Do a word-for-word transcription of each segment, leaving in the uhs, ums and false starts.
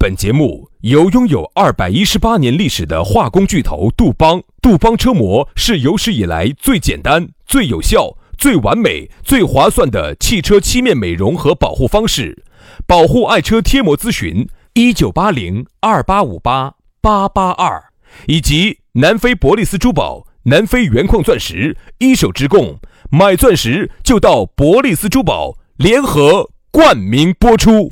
本节目由拥有二百一十八年历史的化工巨头杜邦，杜邦车膜是有史以来最简单、最有效、最完美、最划算的汽车漆面美容和保护方式。保护爱车贴膜咨询一九八零二八五八八八二，以及南非伯利斯珠宝、南非原矿钻石一手直供，买钻石就到伯利斯珠宝，联合冠名播出。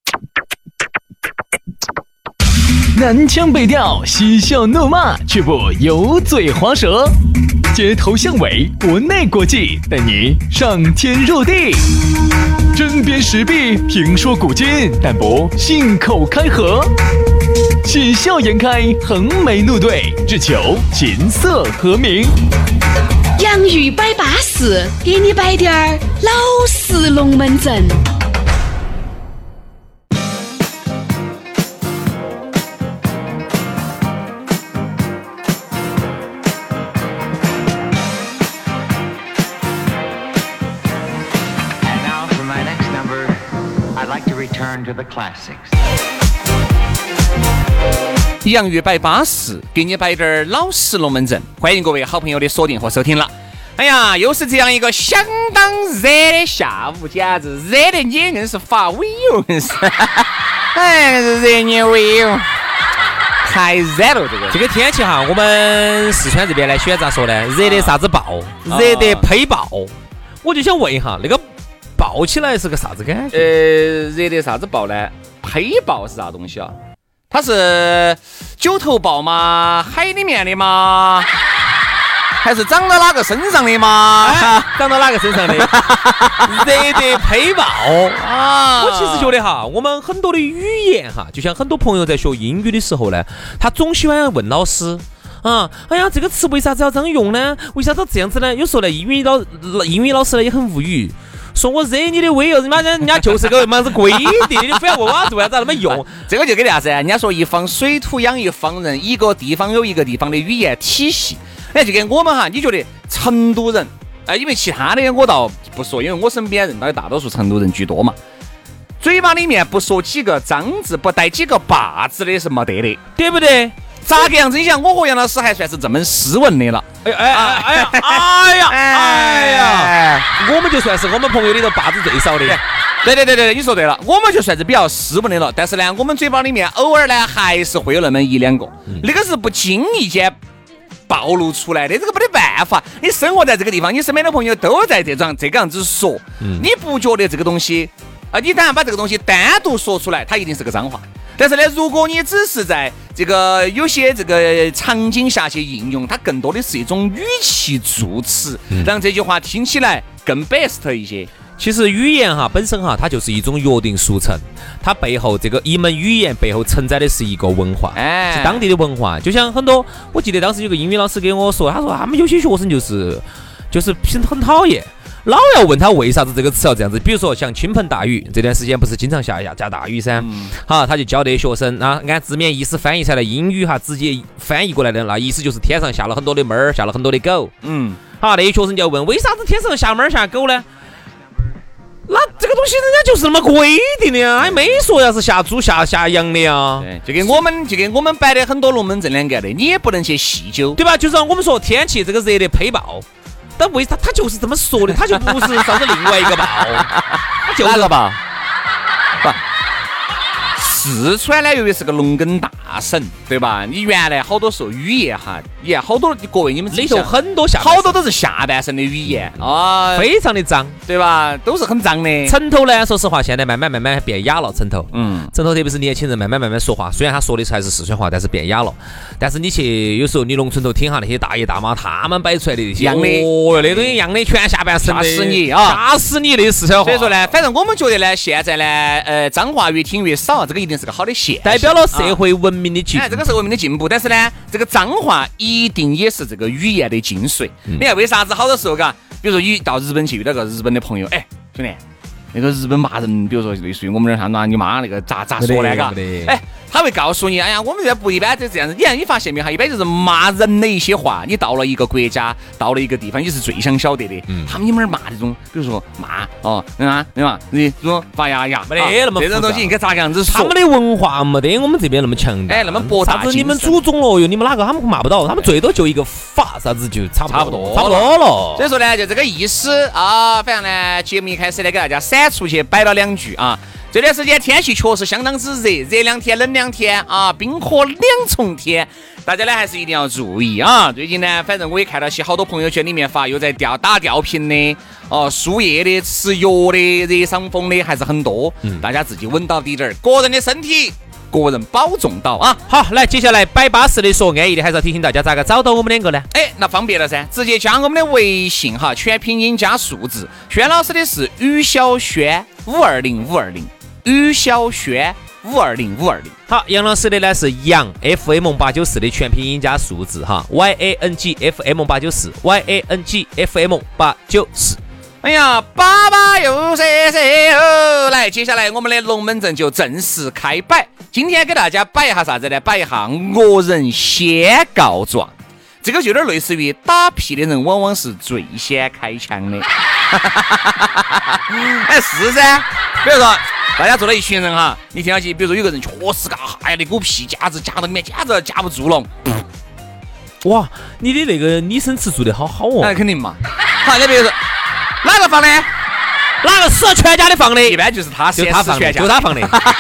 南腔北调，嬉笑怒骂，却不油嘴滑舌，街头巷尾，国内国际，带你上天入地，针砭时弊，评说古今，但不信口开河，喜笑颜开，横眉怒对，只求琴瑟和鸣。 洋芋摆巴士，给你摆点儿老式龙门阵。 To the classics. 洋芋摆巴适，给你摆点儿老实龙门阵。欢迎各位好朋友的锁定和收听了。哎呀，又是这样一个相当热的下午，简直热得你硬是发威哟，硬是。哎，热你威哟，太热了这个。 这个天气哈，我们四川这边呢，喜欢咋说呢？热得啥子爆？ 啊、 热得呸爆。我就想问一下，那个。爆起来是个啥子感觉？ 呃，热的啥子爆呢？呸爆是啥东西啊？它是九头爆吗？海里面的吗？还是长到哪个身上的吗？ 哎、长到哪个身上的？热的呸爆啊！我其实觉得哈，我们很多的语言哈，就像很多朋友在学英语的时候呢，他总喜欢问老师。啊，哎呀，这个词为啥子要这样用呢？为啥子这样子呢？有时候呢，英语老英语老师呢也很无语，说我热你的威哦，人家人家就是个什么子规定，你非要问我为啥子那么用？ 这个就给啥子？人家说一方水土养一方人，一个地方有一个地方的语言体系。哎，就跟我们哈，你觉得成都人？哎，因为其他的我倒不说，因为我身边认到的大多数成都人居多嘛。嘴巴里面不说几个脏字，不带几个霸字的是没得的， 对不对？ 咋个样子？你想，我和杨老师还算是这么斯文的了。 哎哎哎哎呀哎呀哎呀！我们就算是我们朋友里头霸字最少的。 对对对对，你说对了，我们就算是比较斯文的了。但是呢，我们嘴巴里面偶尔呢还是会有那么一两个，嗯、那个是不经意间暴露出来的，这个没得办法。你生活在这个地方，你身边的朋友都在这种这个样子说，嗯、你不觉得这个东西啊？你当然把这个东西单独说出来，它一定是个脏话。但是呢，如果你只是在这个有些这个场景下去应用，它更多的是一种语气助词，嗯、让这句话听起来更 best 一些。 其实语言哈本身哈，它就是一种约定俗成，它背后这个一门语言背后承载的是一个文化，哎，是当地的文化。就像很多，我记得当时有个英语老师给我说，他说他们有些学生就是就是很讨厌。老要问他为啥子这个词要这样子，比如说像倾盆大雨，这段时间不是经常下下下大雨噻，嗯、好，他就教这些学生啊，按字面意思翻译出来的英语哈，直接翻译过来的，那意思就是天上下了很多的猫儿，下了很多的狗，嗯，好，那些学生就要问，为啥子天上下猫儿下狗呢？那这个东西人家就是那么规定的呀，还没说要是下猪下下羊的呀。 对，就给我们就给我们摆的很多龙门阵两个的，你也不能去细究， 对吧？就是我们说天气这个热的呸爆。但为啥他就是这么说的？他就不是啥子另外一个爆，他就是哪个爆？不，四川呢，由于是个农耕大省，对吧？你原来好多时候语言哈，你看好多各位你们里头很多下好多都是下半身的语言啊， 非常的脏， 对吧？都是很脏的。 城头呢，说实话，现在慢慢慢慢变哑了。城头，嗯，城头特别是年轻人慢慢慢慢说话，虽然他说的还是四川话，但是变哑了。但是你去有时候你农村头听下那些大爷大妈，他们摆出来的那些样的， 哦，那东西样的全下半身的， 吓死你啊！ 吓死你的四川话。 所以说呢，反正我们觉得呢，现在呢，呃，脏话越听越少，这个一定是个好的现象， 代表了社会文明的进步。 哎，这个是文明的进步。但是呢，这个脏话一定也是这个语言的精髓。嗯、你看为啥子好多时候嘎，比如说你到日本去遇到个日本的朋友，哎，兄弟，那个日本骂人，比如说类似于我们那儿他妈你妈那个咋咋说呢？嘎，哎， 他会告诉你，哎呀，我们这不一般就这样子。你看，你发现没有哈？一般就是骂人的一些话，你到了一个国家，到了一个地方，你是最想晓得的。嗯、他们有没有骂这种，比如说骂哦，对吧？对吧？你说发呀呀， 没得那么这种东西应该咋个样子说？ 他们的文化没得我们这边那么强大， 哎，那么博大精深。 啥子你们祖宗了哟？你们哪个他们骂不到？他们最多就一个法，啥子就差不多， 差不多， 差不多了。 所以说呢，就这个意思啊。反正呢，节目一开始呢，给大家闪出去摆了两句啊。这段时间天气确实相当之热，热两天冷两天啊，冰火两重天，大家呢还是一定要注意啊。最近呢，反正我也看到些好多朋友圈里面发，又在吊打吊瓶的，哦、啊，输液的、吃药的、热伤风的还是很多，嗯，大家自己稳到底点儿，个人的身体。个人保重到啊！ 好，来接下来摆巴适的说安逸的，还是要提醒大家咋个找到我们两个呢？ 哎，那方便了噻，直接加我们的微信哈，全拼音加数字。轩老师的是于小轩五二零五二零，于小轩五二零五二零。 好，杨老师的呢是杨 F M 八九四的全拼音加数字哈 ，Y A N G F M 八九四 ，Y A N G F M 八九四。 哎呀，爸爸又谁谁哦！来，接下来我们的龙门阵就正式开摆。今天给大家摆一下啥子呢？摆一下恶人先告状。这个就有点类似于打屁的人往往是最先开枪的。哎，是噻。比如说，大家坐了一群人哈，你听下去，比如说有个人确实嘎，哎呀，那股屁夹子夹到里面，简直夹不住了。 哇，你的那个拟声词做得好好哦。 那肯定嘛。好，你比如说。哪个放的？ 哪个死全家的放的？ 一般就是他， 就他放的，就他放的。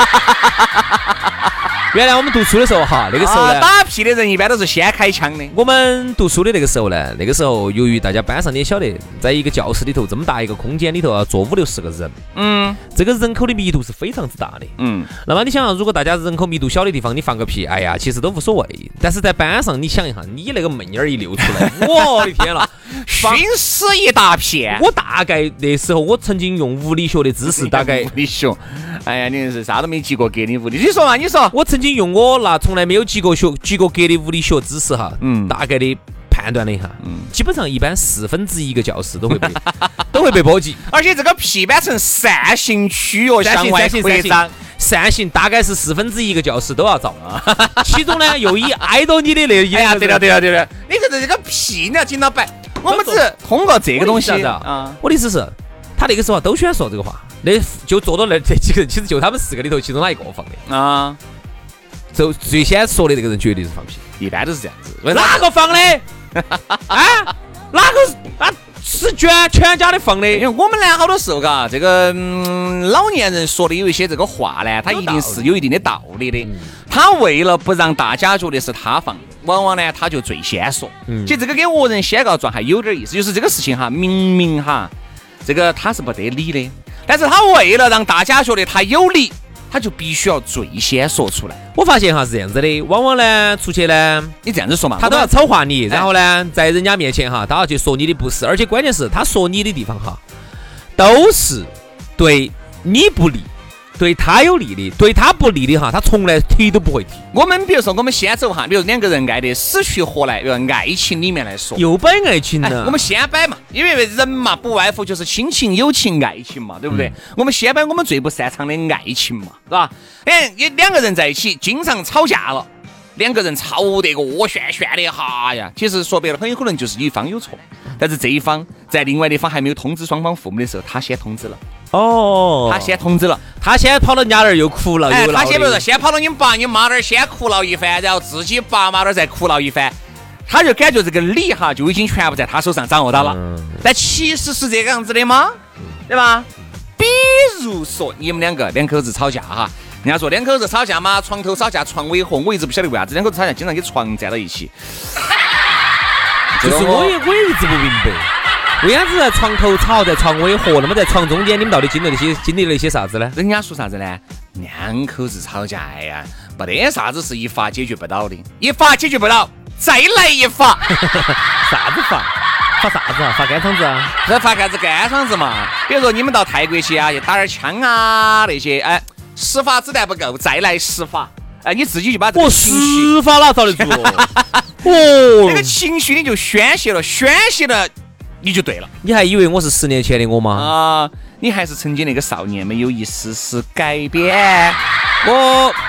原来我们读书的时候哈，那个时候呢、 啊，打屁的人一般都是先开枪的。 我们读书的那个时候呢，那个时候由于大家班上你也晓得，在一个教室里头这么大一个空间里头啊，坐五六十个人，嗯，这个人口的密度是非常之大的，嗯。那么你想，如果大家人口密度小的地方，你放个屁，哎呀，其实都无所谓。但是在班上，你想一下，你那个闷烟儿一流出来，我的天了， 熏死一大片。 我大概那时候我曾经用物理学的知识，大概物理学，哎呀，你是啥都没及过格的物理，你说嘛，你说， 我曾经用我那从来没有及过学及过格的物理学知识哈，嗯，大概的判断了一下，嗯，基本上一般四分之一个教室都会被都会被波及， 而且这个屁般呈扇形区哦，向外扩张， 扇形大概是四分之一个教室都要遭啊，其中呢又以挨到你的那一， 哎呀，对了对了对了，你看这个屁你要经常摆，我们只通过这个东西啊，我的意思是，他那个时候都喜欢说这个话，那就坐到那这几个人，其实就他们四个里头其中哪一个放的啊？就最先说的那个人绝对是放屁， 一般都是这样子。 哪个放的？啊？哪个啊？是全全家的放的。 因为我们呢，好多时候嘎，这个、嗯、老年人说的有一些这个话呢，他一定是有一定的道理的。嗯、他为了不让大家觉得是他放的，往往呢他就最先说。嗯、其实这个跟恶人先告状还有点意思，就是这个事情哈，明明哈，这个他是不得理的，但是他为了让大家觉得他有理。他就必须要最先说出来。 我发现哈是这样子的，往往呢出去呢， 你这样子说嘛， 他都要丑化你，然后呢在人家面前哈，他要去说你的不是，而且关键是他说你的地方哈，都是对你不利，对他有利的，对他不利的哈，他从来提都不会提。 我们比如说我们先走哈，比如两个人爱得死去活来，用爱情里面来说， 又摆爱情呢、 哎。我们先摆嘛，因为人嘛不外乎就是亲情、友情、爱情嘛，对不对？嗯、我们先摆我们最不擅长的爱情嘛，是吧？哎，两个人在一起经常吵架了，两个人吵得个恶旋旋的哈呀，其实说白了很有可能就是一方有错，但是这一方在另外一方还没有通知双方父母的时候，他先通知了。哦，他先通知了， 他先跑到人家那儿又哭了， 哎， 又他先不是先跑到你爸你妈那儿先哭闹一番，然后自己爸妈那儿再哭闹一番，他就感觉这个理哈就已经全部在他手上掌握到了。嗯、但其实是这个样子的吗？对吧？比如说你们两个两口子吵架哈，人家说两口子吵架嘛，床头吵架床尾和，我一直不晓得为啥子两口子吵架经常跟床站到一起。 就是我也我也一直不明白。为啥子在床头吵，在床尾和，那么在床中间你们到底经历了些经历了些啥子呢？ 人家说啥子呢？两口子吵架呀，没得啥子是一发解决不到的，一发解决不到，再来一发。 啥子发？发啥子啊？发干嗓子啊？ 这发干子干嗓子嘛。比如说你们到泰国去啊，去打点枪啊那些，哎，十发子弹不够，再来十发。哎，你自己就把这个情绪， 十发哪遭得住？ 哦，那个情绪你就宣泄了，宣泄了。你就对了， 你还以为我是十年前的我吗？ 啊，你还是曾经那个少年，没有一丝丝改变。我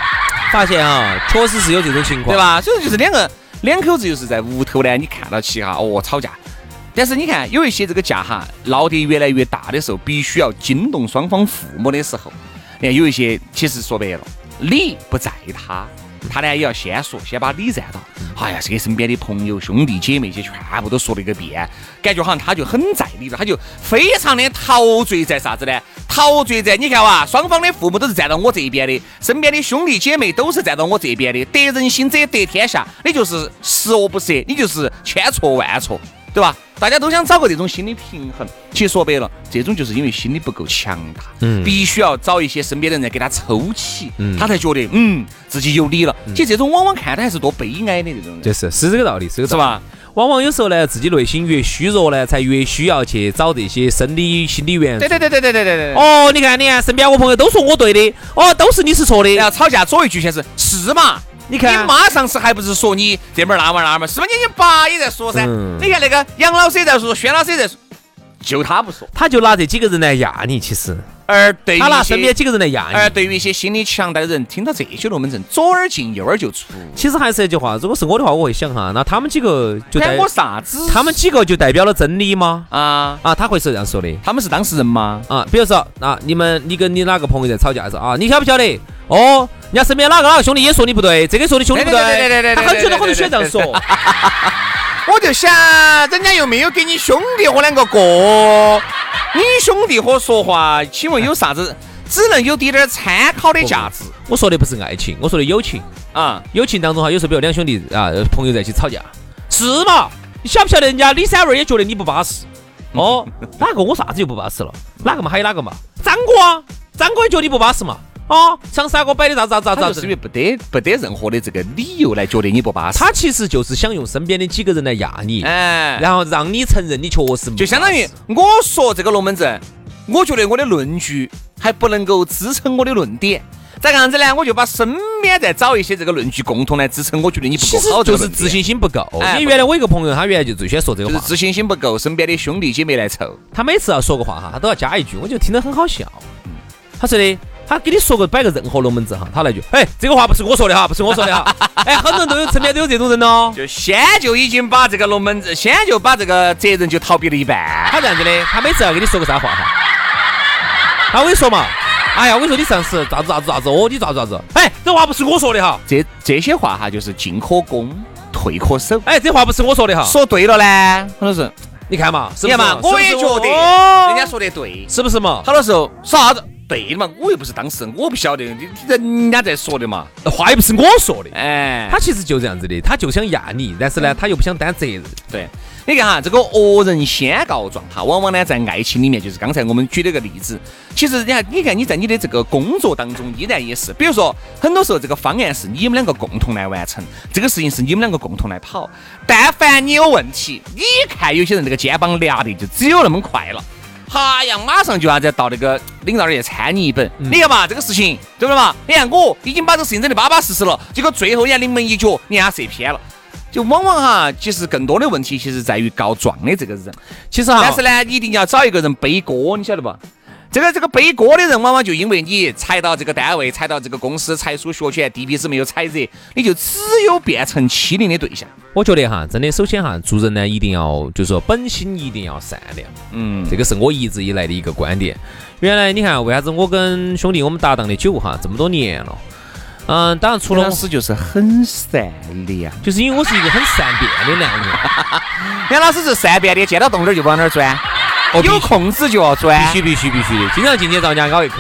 发现啊，确实是有这种情况， 对吧？所以就是两个两口子就是在屋头呢，你看到起哈，哦吵架。但是你看有一些这个架哈闹得越来越大的时候，必须要惊动双方父母的时候，你看有一些其实说白了，理不在他。他呢也要先说，先把理占到。哎呀，这个身边的朋友、兄弟姐妹些全部都说了一个遍，感觉好像他就很在理了，他就非常的陶醉在啥子呢？陶醉在你看哇，双方的父母都是站到我这一边的，身边的兄弟姐妹都是站到我这边的，得人心者得天下，你就是十恶不赦，你就是千错万错，对吧？大家都想找个这种心理平衡，其实说白了，这种就是因为心理不够强大，嗯，必须要找一些身边的人给他抽起，嗯，他才觉得嗯自己有理了。嗯、其实这种往往看他还是多悲哀的这种人， 就是是这个道理，是这个道理是吧？ 往往有时候呢，自己内心越虚弱呢，才越需要去找这些生理心理援助。 对对对对对对对对。 哦，你看你看，身边我朋友都说我对的，哦，都是你是错的， 然后吵架左一句全是是嘛。你看，你妈上次还不是说你这门那门那门，是不是？你爸也在说噻。嗯、你看那个杨老师也在说，轩老师也在说，就他不说， 他就拿这几个人来压你。其实， 而对于他拿身边几个人来压你， 而对于一些心理强大的人，听到这些龙门阵，左耳进右耳就出。 其实还是那句话，如果是我的话，我会想哈，那他们几个就代我啥子？ 他们几个就代表了真理吗？ 啊啊，他会是这样说的。 他们是当事人吗？ 啊，比如说啊，你们你跟你哪个朋友在吵架的时候啊，你晓不晓得？哦，人家身边哪个哪个兄弟也说你不对，这个说你兄弟不对，他很久都很喜欢这样说。 我就想，人家又没有给你兄弟伙两个过，你兄弟伙说话，请问有啥子？只能有点点参考的价值。 我说的不是爱情，我说的友情啊。友情当中哈，有时候比如两兄弟啊，朋友在一起吵架，是嘛？你晓不晓得人家李三味也觉得你不巴适？哦，哪个我啥子又不巴适了？哪个嘛？还有哪个嘛？张哥啊，张哥也觉得你不巴适嘛？哦，像三哥摆的咋咋咋咋， 是因为不得不得任何的这个理由来觉得你不巴适。 他其实就是想用身边的几个人来压你，哎，然后让你承认你确实就相当于我说这个龙门阵，我觉得我的论据还不能够支撑我的论点，这样子呢，我就把身边再找一些这个论据共同来支撑，我觉得你不够好， 就是自信心不够。哎，因为原来我一个朋友，他原来就最先说这个话， 就是自信心不够，身边的兄弟姐妹来凑， 他每次要说个话哈，他都要加一句，我觉得听得很好笑。嗯，他说的。他给你说个摆个任何龙门阵哈，他来句，哎，这个话不是我说的哈，不是我说的哈，哎，很多人都有身边都有这种人哦， 就先就已经把这个龙门阵，先就把这个责任就逃避了一半。 他这样子的，他每次要给你说个啥话哈，他我跟你说嘛，哎呀，我跟你说你上次咋子咋子咋子，哦，你咋子咋子，哎，这话不是我说的哈， 这这些话哈，就是进可攻，退可守， 哎，这话不是我说的哈， 说对了呢，很多是， 你看嘛， 你看嘛，我也觉得人家说的对， 是不是嘛？ 好多时候说啥子？对的嘛，我又不是当事人，我不晓得，人家在说的嘛， 话又不是我说的， 哎， 他其实就这样子的，他就想压你，但是呢，他又不想担责任。 对，你看哈，这个恶人先告状哈，往往呢在爱情里面，就是刚才我们举了个例子，其实你看，你看你在你的这个工作当中依然也是，比如说很多时候这个方案是你们两个共同来完成，这个事情是你们两个共同来跑，但凡你有问题，你看有些人这个肩膀压的就只有那么快了。哈呀，马上就要再到那个领导那儿参你一本，嗯、你看嘛，这个事情对不对嘛？你看我已经把这个事情整得巴巴适适了，结果最后人家临门一脚，你看射偏了。就往往哈，其实更多的问题其实在于告状的这个人。 其实哈， 但是呢，一定要找一个人背锅，你晓得吧？这个这个背锅的人，往往就因为你踩到这个单位，踩到这个公司，踩出学权，地皮子没有踩热，你就只有变成欺凌的对象。 我觉得哈，真的，首先哈，做人呢一定要，就是说本心一定要善良。嗯，这个是我一直以来的一个观点。原来你看，为啥子我跟兄弟我们搭档的久哈，这么多年了。嗯，当然除了杨老师就是很善良， 就是因为我是一个很善变的男人。 杨老师是善变的，见到洞点就往哪儿钻。哦、有空子就要钻， 必须必须必须的，经常进去找人家咬一口。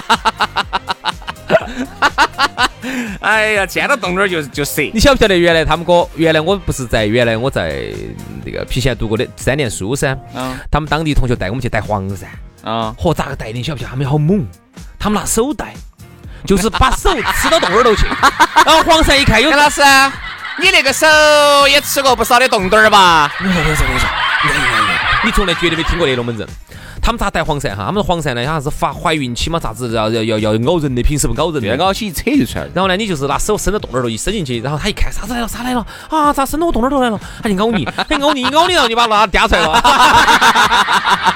哎呀，见到洞点就就射。 你晓不晓得原来他们哥，原来我不是在原来我在那个郫县读过的三年书噻。嗯。他们当地同学带我们去带黄鳝。啊。嚯，咋个带的？你晓不晓得？他们好猛，他们拿手带，就是把手吃到洞耳头去。然后黄鳝一看有。 杨老师，你那个手也吃过不少的洞儿吧？ 你说，你说，你说。你从来绝对没听过那龙门阵，他们咋带黄鳝哈？他们黄鳝呢，好像是发怀孕期嘛，咋子要要要要咬人的，凭什么咬人的？ 咬起一扯就出来了。 然后呢，你就是拿手伸到洞耳头一伸进去，然后他一看啥子来了，啥来了啊？咋伸到我洞耳头来了？他就咬你，他咬你，咬你了，你把它嗲出来了。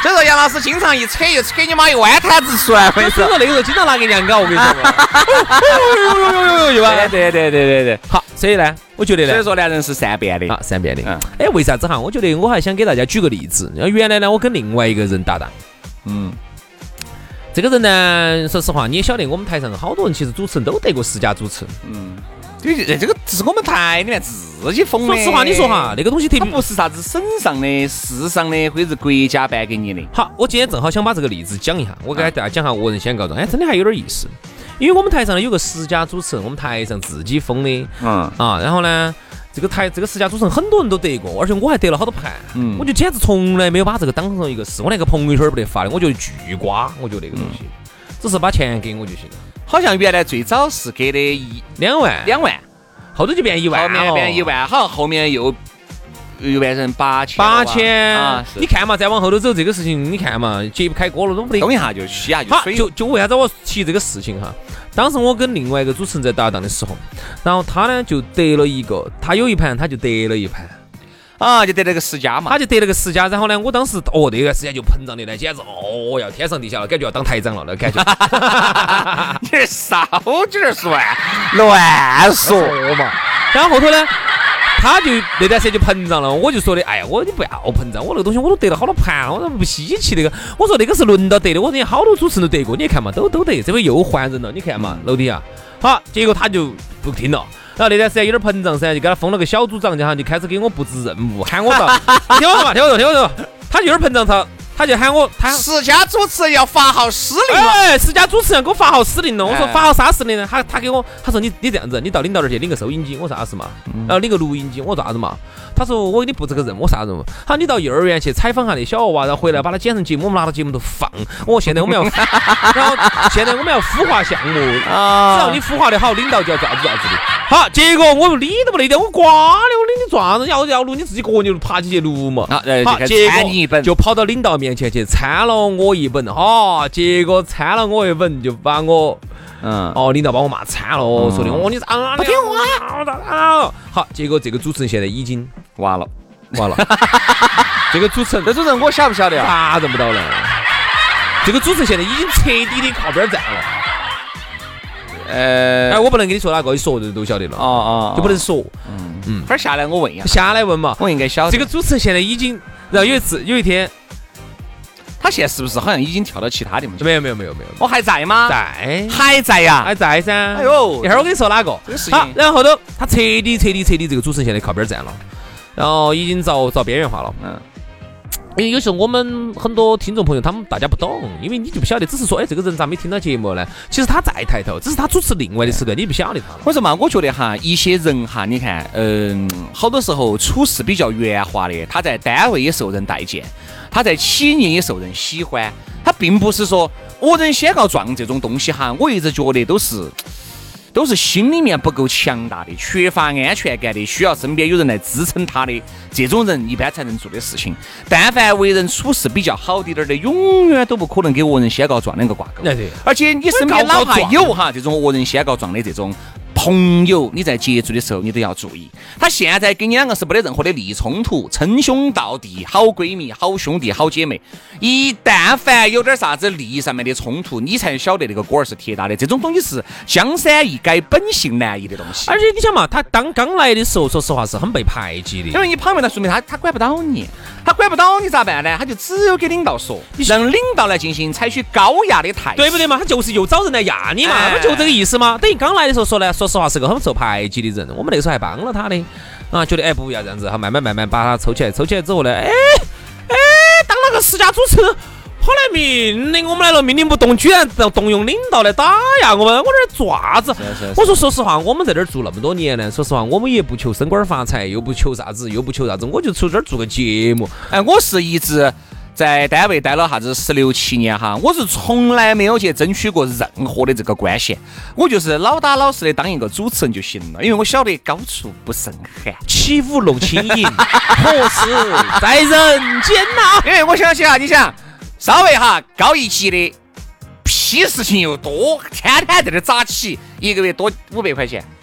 所以说杨老师经常一扯一扯你妈一弯摊子出来，我跟你说， 那个时候经常拿给娘搞，我跟你说嘛。 对对对对对对。 好，所以呢，我觉得呢， 所以说呢，人是善变的。 啊，善变的。嗯。哎，为啥子哈？我觉得我还想给大家举个例子。原来呢，我跟另外一个人搭档。嗯。这个人呢，说实话，你也晓得，我们台上好多人其实主持人都得过十佳主持。嗯。 这这个只是我们台里面自己封的。 说实话，你说哈，那个东西特别不是啥子省上的、市上的，或者是国家颁给你的。 好，我今天正好想把这个例子讲一下，我给大家讲下我人先告状，哎，真的还有点意思。因为我们台上呢有个十佳主持人，我们台上自己封的，嗯啊，然后呢，这个台这个十佳主持人很多人都得过，而且我还得了好多盘，嗯，我就简直从来没有把这个当成一个事，我连个朋友圈不得发的，我觉得巨瓜，我觉得那个东西，只是把钱给我就行了。 好像原来最早是给的一两万， 两万。 后头就变一万， 后面变一万，好像后面又又变成八千， 八千啊！你看嘛，再往后头走，这个事情你看嘛，揭不开锅了，都不得动一下就洗下就水。 就就为啥子我提这个事情哈？当时我跟另外一个主持人在搭档的时候，然后他呢就得了一个，他有一盘他就得了一盘。 啊，就得了个十佳嘛， 他就得了个十佳，然后呢，我当时哦那段时间就膨胀的呢，简直哦要天上地下了，感觉要当台长了那感觉。 你这少点算乱说嘛。然后后头呢，他就那段时间就膨胀了，我就说的，哎呀，我你不要膨胀，我那个东西我都得了好多盘，我说不稀奇那个，我说那个是轮到得的，我说好多主持人都得过，你看嘛，都都得，这回又换人了，你看嘛，楼底下，好，结果他就不听了。然后那段时间有点膨胀噻，就给他封了个小组长，然后就开始给我布置任务，喊我到，听我说嘛，听我说，听我说，他就有点膨胀，他他就喊我，他十佳主持人要发号施令了， 哎，十佳主持人给我发号施令了，我说发号啥施令呢？他他给我，他说你你这样子，你到领导那儿去领个收音机，我说啥事嘛？然后领个录音机，我说啥子嘛？他说我给你布置个任务，啥任务？他说你到幼儿园去采访下那小娃娃，然后回来把他剪成节目，我们拿到节目都放。我现在我们要，然后现在我们要孵化项目啊，只要你孵化的好，领导就要咋子咋子的。好，结果我理都不理的，我挂了，我领你抓子，要要录你自己个人爬起去录嘛。 好，结果就跑到领导面前去参了我一本，哈，结果参了我一本，就把我，嗯，哦，领导把我骂惨了，说的我你咋不听话？ 好，结果这个主持人现在已经完了， 完了。这个主持人， 这主持人我晓不晓得啊？ 啥认不到了。这个主持人现在已经彻底的靠边站了。呃，哎，我不能跟你说哪个，一说就都晓得了。哦哦，就不能说。 嗯嗯，等下来我问一下。 下来问嘛， 我应该晓得。 这个主持人现在已经，然后有一次有一天， 他现在是不是好像已经跳到其他地方去？ 没有没有没有没有。 我还在吗？ 在， 还在呀， 还在噻。 哎呦， 一会儿我跟你说哪个。 这个事情。好， 然后后头他彻底彻底彻底这个主持人现在靠边站了，然后已经遭遭边缘化了。嗯。因为有时候我们很多听众朋友他们大家不懂，因为你就不晓得，只是说哎这个人咋没听到节目呢？其实他在抬头，只是他主持另外的时段你不晓得他。 为什么？我觉得哈，一些人哈，你看，嗯，好多时候处事比较圆滑的，他在单位也受人待见，他在企业也受人喜欢。他并不是说恶人先告状这种东西哈，我一直觉得都是。都是心里面不够强大的，缺乏安全感的，需要身边有人来支撑他的这种人，一般才能做的事情。但凡为人处事比较好一点的，永远都不可能跟恶人先告状两个挂钩。而且你身边哪怕有哈这种恶人先告状的这种朋友，你在接触的时候你都要注意，他现在跟你两个是没得任何的利益冲突，称兄道弟，好闺蜜，好兄弟，好姐妹。一旦凡有点啥子利益上面的冲突，你才晓得那个锅儿是铁打的。这种东西是江山易改，本性难移的东西。 而且你想嘛，他当刚来的时候，说实话是很被排挤的， 因为你旁边的说明他他管不到你，他管不到你咋办呢？他就只有给领导说，让领导来进行采取高压的态度， 对不对嘛？他就是又找人来压你嘛，哎、不就这个意思吗？等于刚来的时候说呢，说实话是个很受排挤的人，我们那个时候还帮了他的啊，觉得哎不要这样子，好慢慢慢慢把他抽起来，抽起来之后呢，哎哎当那个十佳主持人，后来命令我们来了，命令不动，居然动用领导来打压我们，我这做啥子？我说说实话，我们在这儿做那么多年呢，说实话，我们也不求升官发财，又不求啥子，又不求啥子，我就出这儿做个节目。 哎，我是一直。在单位待了啥子十六七年哈，我是从来没有去争取过任何的这个关系，我就是老打老实的当一个主持人就行了，因为我晓得高处不胜寒， 起舞弄清影，何时在人间呐？ 因为我想起啊，你想稍微哈高一级的，屁事情又多，天天在这扎起，一个月多五百块钱。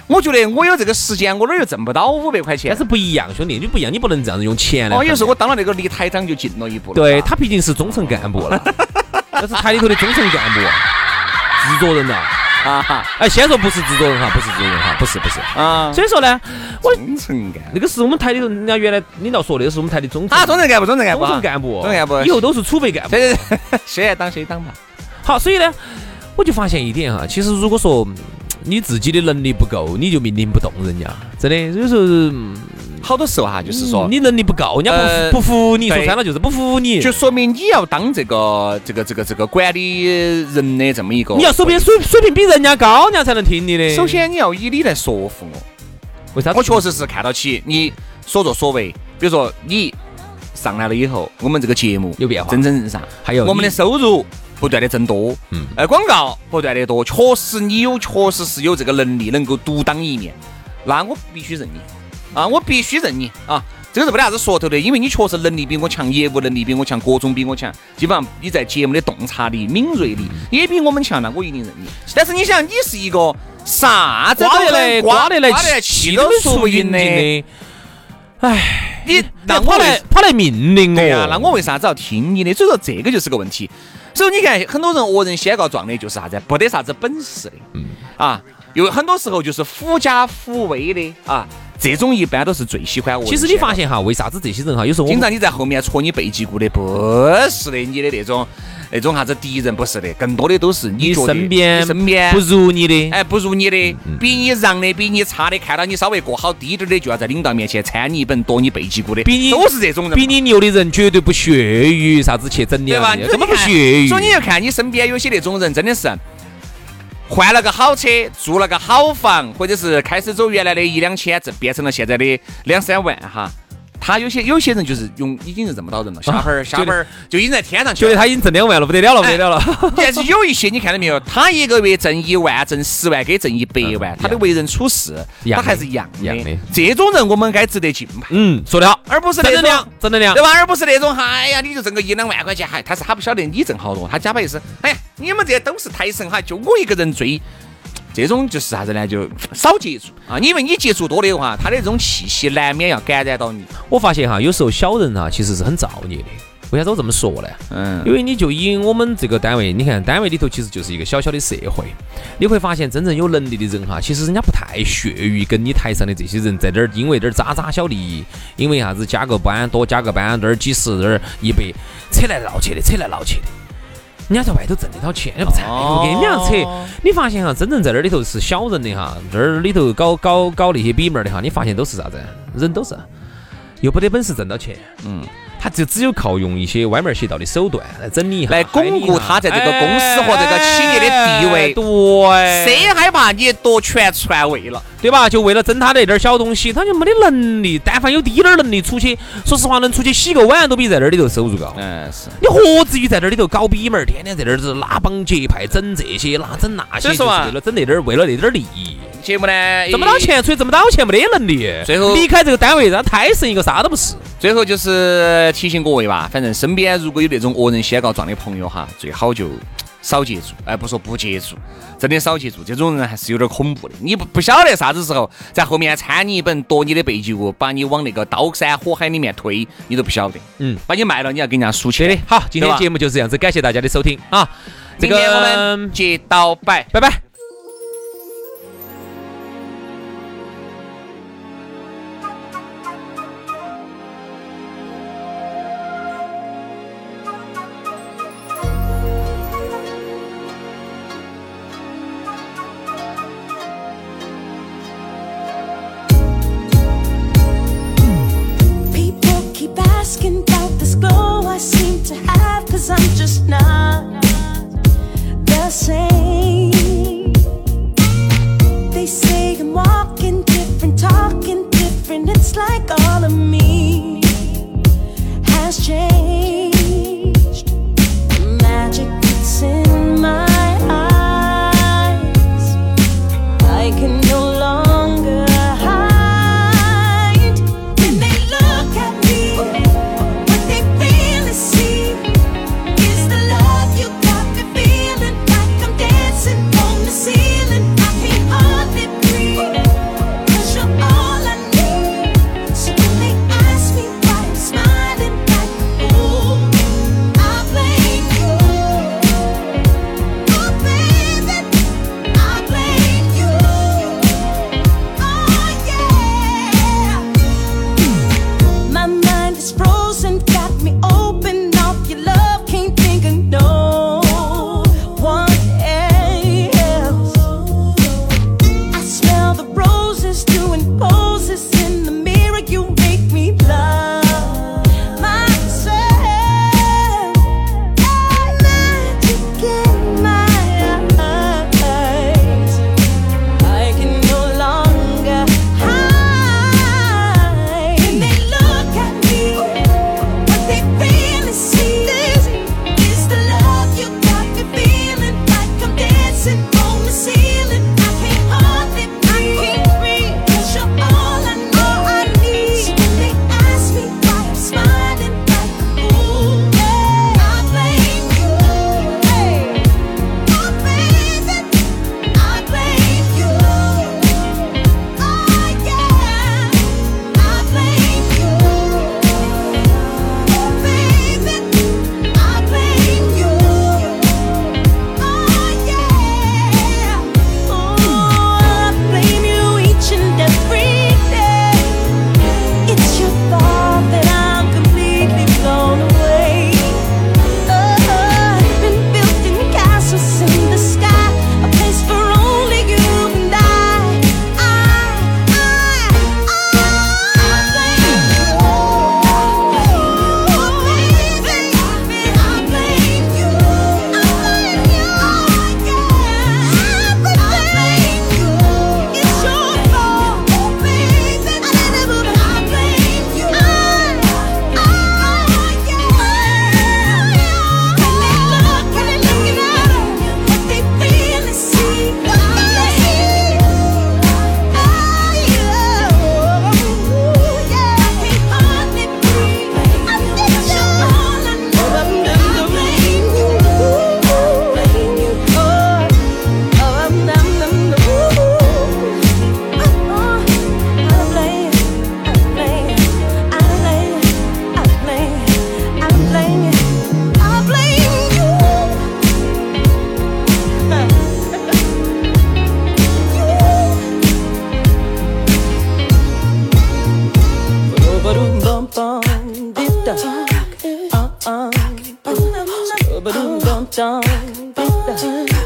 我觉得我有这个时间，我哪儿又挣不到五百块钱？ 但是不一样，兄弟，你不一样，你不能这样子用钱来。 哦，有时候我当了那个离台长就近了一步了。 对，他毕竟是中层干部了，那是台里头的中层干部，制作人了。啊哈！哎，先说不是制作人哈，不是制作人哈，不是不是啊。所以说呢，我中层干那个是我们台里头，人家原来领导说的是我们台的中层啊，中层干部，中层干部， 中层干部， 中层干部， 以后都是储备干部。 对对对，谁来当谁当吧。 好，所以呢，我就发现一点哈，其实如果说你自己的能力不够，你就命令不动人家，真的有时候。 好多时候哈，就是说、 嗯、你能力不够，人家不、呃、不服你，说穿了就是不服你， 就说明你要当这个这个这个这个管理人的这么一个， 你要水平水水平比人家高，人家才能听你的。 首先你要以你来说服我， 为啥？ 我确实是看到起你所作所为，比如说你上来了以后，我们这个节目有变化， 蒸蒸日上， 还有我们的收入不断的增多，嗯，呃，广告不断的多，确实你有，确实是有这个能力能够独当一面，那我必须认你。啊，我必须认你啊！这个是没得啥子说头的，因为你确实能力比我强，业务能力比我强，各种比我强，基本上你在节目的洞察力、敏锐力也比我们强了，我一定认你。但是你想，你是一个啥子刮得来、刮得来、 气都说不赢的， 哎， 你那跑来跑来命令我， 对呀，那我为啥子要听你的？所以说这个就是个问题。所以你看，很多人恶人先告状的就是啥子，不得啥子本事的，嗯啊，有很多时候就是狐假虎威的啊。这种一般都是最喜欢我。 其实你发现哈，为啥子这些人哈，有时候经常你在后面戳你背脊骨的，不是的，你的那种那种啥子敌人不是的，更多的都是你身边你身边不如你的， 哎，不如你的，比你让的，比你差的，看到你稍微过好低点的，就要在领导面前参你一本，夺你背脊骨的， 比你都是这种人。 比你牛的人绝对不屑于啥子去整你， 对吧？ 根本不屑于。 所以你要看你身边有些那种人，真的是。换了个好车，住了个好房，或者是开始走原来的一两千，这变成了现在的两三万哈。他有些有些人就是用已经是认不到人了，下会儿下会儿就已经在天上去了， 觉得他已经挣两万了，不得了了，不得了了。 但是有一些你看到没有，他一个月挣一万，挣十万，给挣一百万，他的为人处事他还是一样的。这种人我们该值得敬佩。 嗯，说得好， 而不是正能量，正能量， 对吧？而不是那种哎呀，你就挣个一两万块钱，还他是他不晓得你挣好多，他假把意思，哎呀，你们这些都是台神哈，就我一个人追。这种就是啥子呢？就少接触啊，因为你接触多的话，他的这种气息难免要感染到你。 我发现哈，有时候小人哈其实是很造孽的。为啥子我这么说呢？嗯，因为你就以我们这个单位，你看单位里头其实就是一个小小的社会，你会发现真正有能力的人哈，其实人家不太屑于跟你台上的这些人在这儿因为点儿渣渣小利益，因为啥子加个班多加个班这儿几十这儿一百，扯来闹去的，扯来闹去的。人家在外头挣得到钱，不才不跟人家扯。你发现哈，真正在这里头是小人的哈，这儿里头搞搞搞那些比门的哈，你发现都是啥子？人都是又不得本事挣到钱，嗯，他就只有靠用一些歪门邪道的手段来整你， 来巩固他在这个公司和这个企业的地位。 对， 谁害怕你夺权篡位了， 对吧？就为了挣他那点小东西，他就没得能力。但凡有滴点能力出去，说实话，能出去洗个碗都比在这里头收入高。嗯，是。你何至于在这里头搞比门，天天在这儿是拉帮结派，整这些，拉整那些，就是为了整那点，为了那点利益。 节目呢， 挣不到钱，所以挣不到钱，没得能力。 最后离开这个单位，让胎神一个啥都不是。 最后就是提醒各位吧，反正身边如果有那种恶人先告状的朋友哈，最好就少接触，而不说不接触，真的少接触。这种人还是有点恐怖的。你不不晓得啥子时候在后面掺你一本，夺你的背脊骨，把你往那个刀山火海里面推，你都不晓得。嗯，把你卖了，你要给人家输钱。 对的。好，今天节目就是这样子，感谢大家的收听啊。 这个我们接到拜拜拜。 Asking about this glow I seem to have, 'cause I'm just not the same. They say I'm walking different, talking different. It's like all of me has changed. The magic that's in my eyes, I can no longer hide. When they look at me, what they really see is the love you got me feeling like I'm dancing on the ceiling. I can't hardly breathe. ba-dum-dum-dum.